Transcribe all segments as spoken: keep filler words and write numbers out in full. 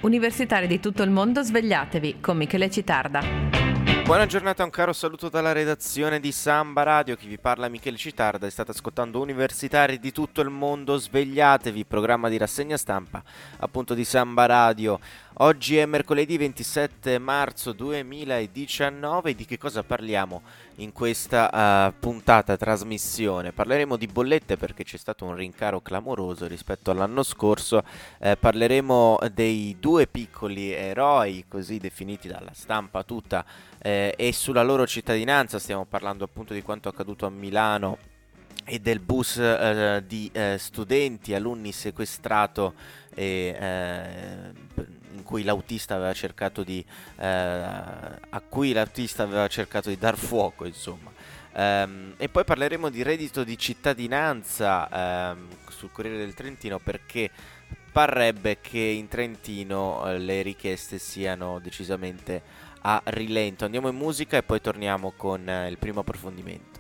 Universitari di tutto il mondo, svegliatevi con Michele Citarda. Buona giornata, un caro saluto dalla redazione di Samba Radio, chi vi parla è Michele Citarda e state ascoltando Universitari di tutto il mondo, svegliatevi, programma di rassegna stampa appunto di Samba Radio. Oggi è mercoledì ventisette marzo duemiladiciannove, di che cosa parliamo in questa uh, puntata trasmissione? Parleremo di bollette perché c'è stato un rincaro clamoroso rispetto all'anno scorso, eh, parleremo dei due piccoli eroi così definiti dalla stampa tutta eh, e sulla loro cittadinanza, stiamo parlando appunto di quanto accaduto a Milano e del bus eh, di eh, studenti, alunni sequestrato e eh, in cui l'autista aveva cercato di eh, a cui l'autista aveva cercato di dar fuoco, insomma. Um, e poi parleremo di reddito di cittadinanza um, sul Corriere del Trentino, perché parrebbe che in Trentino uh, le richieste siano decisamente a rilento. Andiamo in musica e poi torniamo con uh, il primo approfondimento.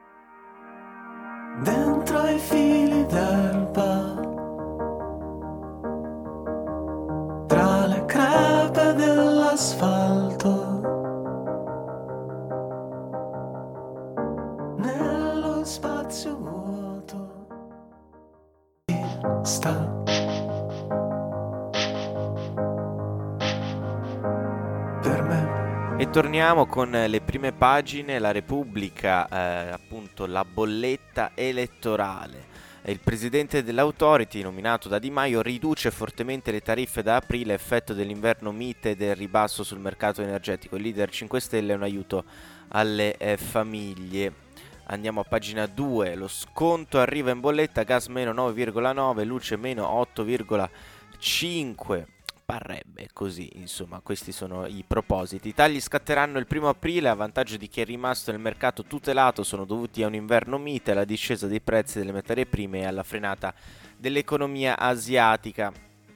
Dentro i fili d'erba, tra le crepe dell'asfalto, nello spazio vuoto sta. Per me. E torniamo con le prime pagine. La Repubblica, eh, appunto la bolletta elettorale. Il presidente dell'Authority, nominato da Di Maio, riduce fortemente le tariffe da aprile, effetto dell'inverno mite e del ribasso sul mercato energetico. Il leader cinque Stelle è un aiuto alle eh, famiglie. Andiamo a pagina due, lo sconto arriva in bolletta, gas meno nove virgola nove, luce meno otto virgola cinque. Parrebbe così, insomma, questi sono i propositi. I tagli scatteranno il primo aprile a vantaggio di chi è rimasto nel mercato tutelato, sono dovuti a un inverno mite, alla discesa dei prezzi delle materie prime e alla frenata dell'economia asiatica.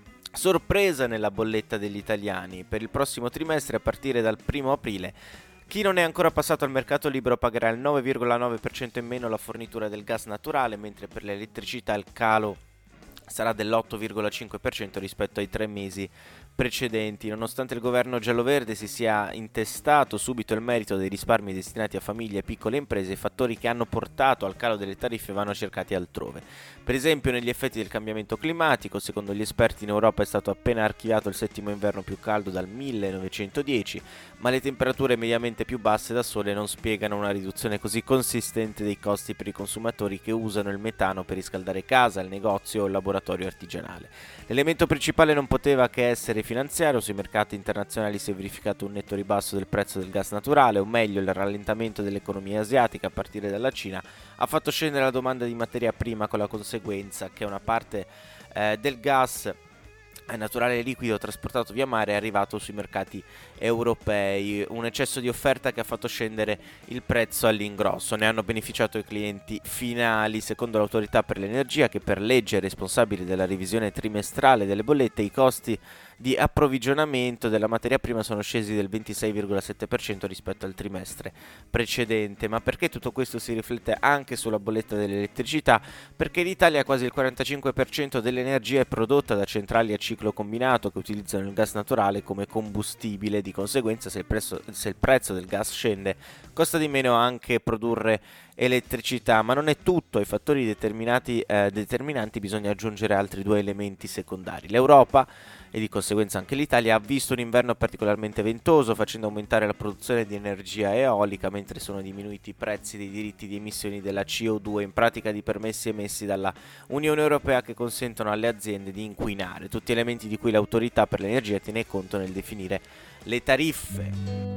Sorpresa nella bolletta degli italiani. Per il prossimo trimestre, a partire dal primo aprile, chi non è ancora passato al mercato libero pagherà il nove virgola nove per cento in meno la fornitura del gas naturale, mentre per l'elettricità il calo sarà dell'otto virgola cinque per cento rispetto ai tre mesi precedenti. Nonostante il governo gialloverde si sia intestato subito il merito dei risparmi destinati a famiglie e piccole imprese, i fattori che hanno portato al calo delle tariffe vanno cercati altrove. Per esempio negli effetti del cambiamento climatico. Secondo gli esperti in Europa è stato appena archiviato il settimo inverno più caldo dal millenovecentodieci, ma le temperature mediamente più basse da sole non spiegano una riduzione così consistente dei costi per i consumatori che usano il metano per riscaldare casa, il negozio o il laboratorio artigianale. L'elemento principale non poteva che essere finanziario. Sui mercati internazionali si è verificato un netto ribasso del prezzo del gas naturale, o meglio il rallentamento dell'economia asiatica a partire dalla Cina ha fatto scendere la domanda di materia prima, con la conseguenza che una parte eh, del gas naturale liquido trasportato via mare è arrivato sui mercati europei, un eccesso di offerta che ha fatto scendere il prezzo all'ingrosso. Ne hanno beneficiato i clienti finali. Secondo l'autorità per l'energia, che per legge è responsabile della revisione trimestrale delle bollette, i costi di approvvigionamento della materia prima sono scesi del ventisei virgola sette per cento rispetto al trimestre precedente. Ma perché tutto questo si riflette anche sulla bolletta dell'elettricità? Perché in Italia quasi il quarantacinque per cento dell'energia è prodotta da centrali a ciclo combinato che utilizzano il gas naturale come combustibile. Di conseguenza, se il prezzo, se il prezzo del gas scende, costa di meno anche produrre elettricità. Ma non è tutto, ai fattori determinati, eh, determinanti bisogna aggiungere altri due elementi secondari. L'Europa, e di conseguenza anche l'Italia, ha visto un inverno particolarmente ventoso, facendo aumentare la produzione di energia eolica, mentre sono diminuiti i prezzi dei diritti di emissioni della C O due, in pratica di permessi emessi dalla Unione Europea che consentono alle aziende di inquinare. Tutti elementi di cui l'autorità per l'energia tiene conto nel definire le tariffe.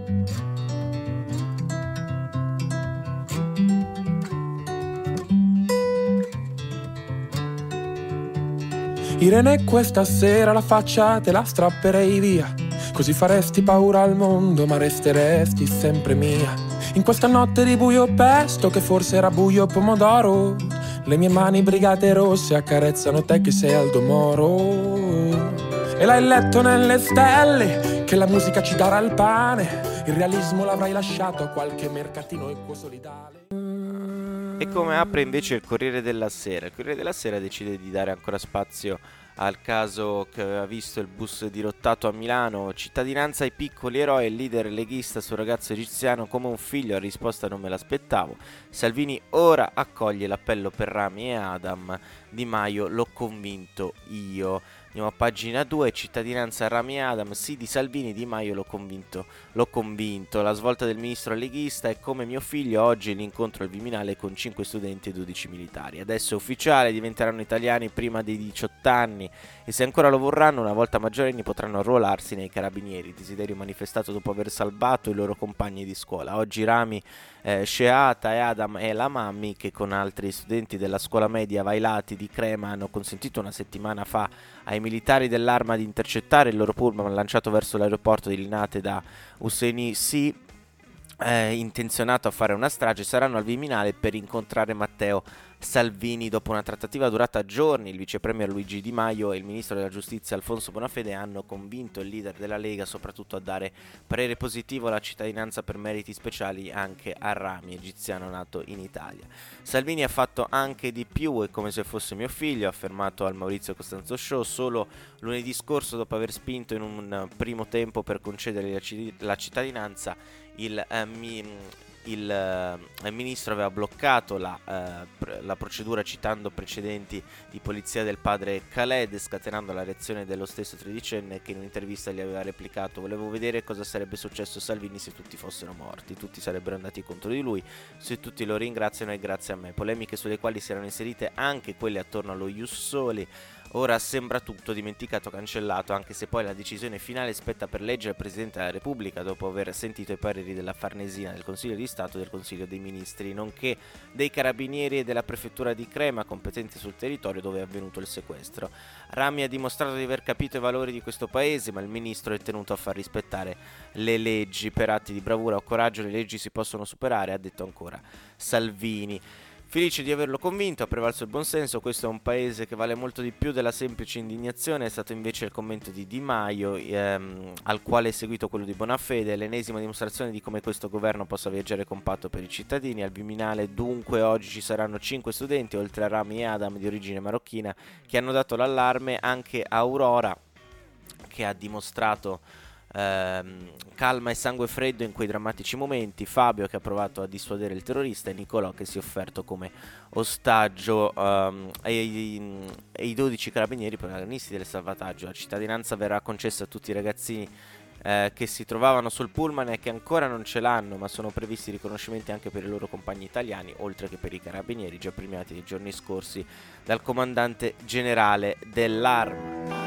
Irene, questa sera la faccia te la strapperei via, così faresti paura al mondo ma resteresti sempre mia. In questa notte di buio pesto, che forse era buio pomodoro, le mie mani brigate rosse accarezzano te che sei Aldo Moro. E l'hai letto nelle stelle che la musica ci darà il pane, il realismo l'avrai lasciato a qualche mercatino equo solidale. E come apre invece il Corriere della Sera? Il Corriere della Sera decide di dare ancora spazio al caso che aveva visto il bus dirottato a Milano. Cittadinanza ai piccoli eroi, il leader leghista sul ragazzo egiziano come un figlio, a risposta non me l'aspettavo. Salvini ora accoglie l'appello per Rami e Adam, Di Maio l'ho convinto io. Andiamo a pagina due, cittadinanza Rami e Adam, sì di Salvini, Di Maio l'ho convinto, l'ho convinto. La svolta del ministro leghista è come mio figlio, oggi l'incontro al Viminale con cinque studenti e dodici militari. Adesso è ufficiale, diventeranno italiani prima dei diciotto anni e se ancora lo vorranno, una volta maggiorenni potranno arruolarsi nei carabinieri, desiderio manifestato dopo aver salvato i loro compagni di scuola. Oggi Rami, eh, Sheata e Adam e la Mammi, che con altri studenti della scuola media Vailati di Crema hanno consentito una settimana fa ai militari dell'Arma di intercettare il loro pullman lanciato verso l'aeroporto di Linate da Husseini Sì, eh, intenzionato a fare una strage, saranno al Viminale per incontrare Matteo Salvini. Dopo una trattativa durata giorni, il vice premier Luigi Di Maio e il ministro della giustizia Alfonso Bonafede hanno convinto il leader della Lega soprattutto a dare parere positivo alla cittadinanza per meriti speciali anche a Rami, egiziano nato in Italia. Salvini ha fatto anche di più, è come se fosse mio figlio, ha affermato al Maurizio Costanzo Show solo lunedì scorso, dopo aver spinto in un primo tempo per concedere la, c- la cittadinanza. Il eh, mi, Il, eh, il ministro aveva bloccato la, eh, pr- la procedura citando precedenti di polizia del padre Khaled, scatenando la reazione dello stesso tredicenne che in un'intervista gli aveva replicato: volevo vedere cosa sarebbe successo a Salvini se tutti fossero morti, tutti sarebbero andati contro di lui, se tutti lo ringraziano è grazie a me. Polemiche sulle quali si erano inserite anche quelle attorno allo Ius Soli. Ora sembra tutto dimenticato, cancellato, anche se poi la decisione finale spetta per legge al Presidente della Repubblica dopo aver sentito i pareri della Farnesina, del Consiglio di Stato e del Consiglio dei Ministri, nonché dei Carabinieri e della Prefettura di Crema, competenti sul territorio dove è avvenuto il sequestro. Rami ha dimostrato di aver capito i valori di questo paese, ma il Ministro è tenuto a far rispettare le leggi. Per atti di bravura o coraggio le leggi si possono superare, ha detto ancora Salvini. Felice di averlo convinto, ha prevalso il buonsenso, questo è un paese che vale molto di più della semplice indignazione, è stato invece il commento di Di Maio, ehm, al quale è seguito quello di Bonafede, l'ennesima dimostrazione di come questo governo possa viaggiare compatto per i cittadini. Al Viminale dunque oggi ci saranno cinque studenti, oltre a Rami e Adam di origine marocchina, che hanno dato l'allarme, anche Aurora, che ha dimostrato Ehm, calma e sangue freddo in quei drammatici momenti, Fabio che ha provato a dissuadere il terrorista e Nicolò che si è offerto come ostaggio, um, e, i, e i dodici carabinieri protagonisti del salvataggio. La cittadinanza verrà concessa a tutti i ragazzini eh, che si trovavano sul pullman e che ancora non ce l'hanno, ma sono previsti riconoscimenti anche per i loro compagni italiani, oltre che per i carabinieri già premiati nei giorni scorsi dal comandante generale dell'Arma.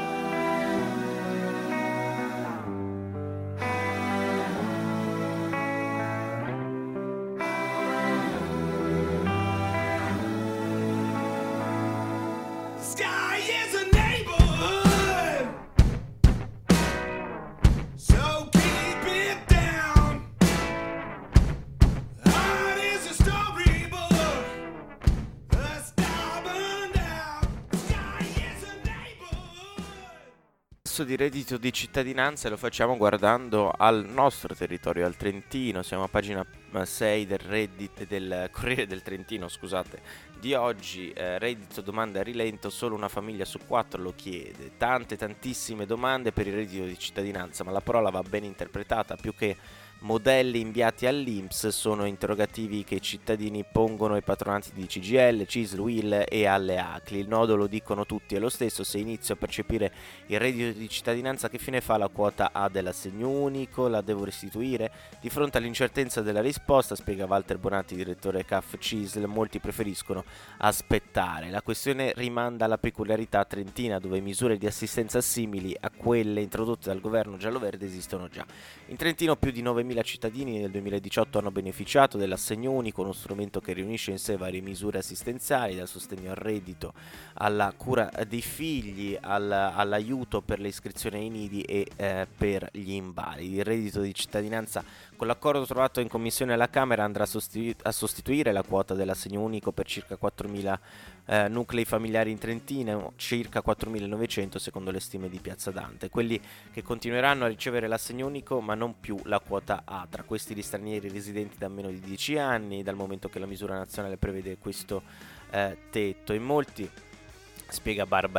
Di reddito di cittadinanza e lo facciamo guardando al nostro territorio, al Trentino. Siamo a pagina sei del reddito del Corriere del Trentino, scusate, di oggi. eh, reddito, domanda a rilento, solo una famiglia su quattro lo chiede. Tante tantissime domande per il reddito di cittadinanza, ma la parola va ben interpretata. Più che modelli inviati all'I N P S sono interrogativi che i cittadini pongono ai patronati di C G I L, C I S L, U I L e alle A C L I. Il nodo, lo dicono tutti, è lo stesso: se inizio a percepire il reddito di cittadinanza, che fine fa la quota A dell'assegno unico? La devo restituire? Di fronte all'incertezza della risposta, spiega Walter Bonatti, direttore C A F C I S L, molti preferiscono aspettare. La questione rimanda alla peculiarità trentina, dove misure di assistenza simili a quelle introdotte dal governo giallo-verde esistono già. In Trentino più di novemila cittadini nel duemiladiciotto hanno beneficiato dell'assegno unico, uno strumento che riunisce in sé varie misure assistenziali, dal sostegno al reddito alla cura dei figli, al, all'aiuto per le iscrizioni ai nidi e eh, per gli invalidi. Il reddito di cittadinanza, con l'accordo trovato in commissione alla Camera, andrà a, sostitu- a sostituire la quota dell'assegno unico per circa quattromila eh, nuclei familiari in Trentino, circa quattromilanovecento secondo le stime di Piazza Dante. Quelli che continueranno a ricevere l'assegno unico, ma non più la quota A. Tra questi gli stranieri residenti da meno di dieci anni, dal momento che la misura nazionale prevede questo eh, tetto. In molti, spiega Barbara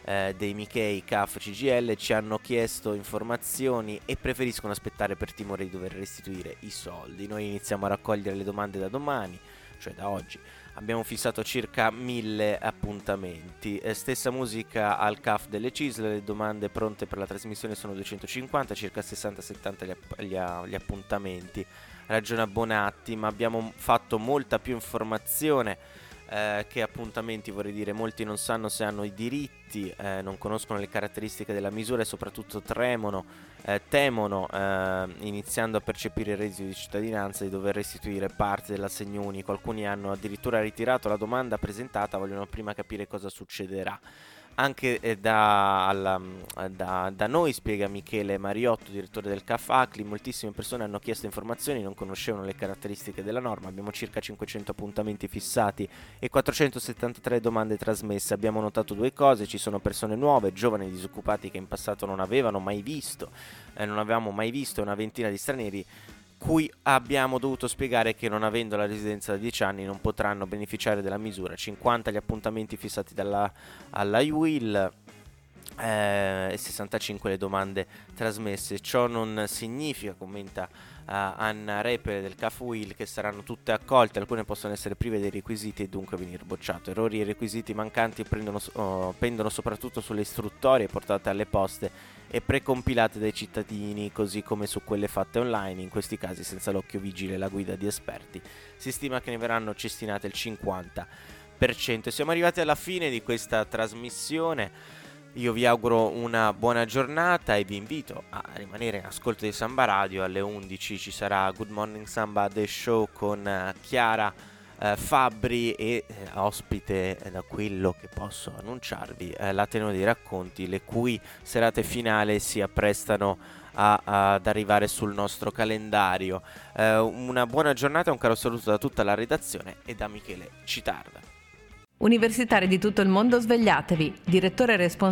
eh, dei Michei, C A F, C G I L ci hanno chiesto informazioni e preferiscono aspettare per timore di dover restituire i soldi. Noi iniziamo a raccogliere le domande da domani, cioè da oggi. Abbiamo fissato circa mille appuntamenti. Eh, stessa musica al C A F delle Cisle, le domande pronte per la trasmissione sono duecentocinquanta, circa sessanta settanta gli, app- gli, a- gli appuntamenti. Ragiona Bonatti, ma abbiamo fatto molta più informazione eh, che appuntamenti, vorrei dire. Molti non sanno se hanno i diritti, eh, non conoscono le caratteristiche della misura e soprattutto tremono, eh, temono, eh, iniziando a percepire il reddito di cittadinanza, di dover restituire parte dell'assegno unico. Alcuni hanno addirittura ritirato la domanda presentata, vogliono prima capire cosa succederà. Anche eh, da, alla, da, da noi, spiega Michele Mariotto, direttore del C A F A C L I, moltissime persone hanno chiesto informazioni, non conoscevano le caratteristiche della norma. Abbiamo circa cinquecento appuntamenti fissati e quattrocentosettantatré domande trasmesse. Abbiamo notato due cose: ci sono persone nuove, giovani disoccupati che in passato non avevano mai visto, eh, non avevamo mai visto, una ventina di stranieri cui abbiamo dovuto spiegare che non avendo la residenza da dieci anni non potranno beneficiare della misura. cinquanta gli appuntamenti fissati dalla, alla I U I L eh, e sessantacinque le domande trasmesse. Ciò non significa, commenta uh, Anna Repere del C A F U I L, che saranno tutte accolte, alcune possono essere prive dei requisiti e dunque venire bocciate. Errori e requisiti mancanti prendono, uh, pendono soprattutto sulle istruttorie portate alle poste e precompilate dai cittadini, così come su quelle fatte online, in questi casi senza l'occhio vigile e la guida di esperti. Si stima che ne verranno cestinate il cinquanta per cento. Siamo arrivati alla fine di questa trasmissione. Io vi auguro una buona giornata e vi invito a rimanere in ascolto di Samba Radio. Alle undici ci sarà Good Morning Samba The Show con uh, Chiara Uh, Fabbri e eh, ospite, eh, da quello che posso annunciarvi, eh, l'Ateneo dei Racconti, le cui serate finali si apprestano a, a, ad arrivare sul nostro calendario. Uh, una buona giornata e un caro saluto da tutta la redazione e da Michele Citarda. Universitari di tutto il mondo, svegliatevi. Direttore responsabile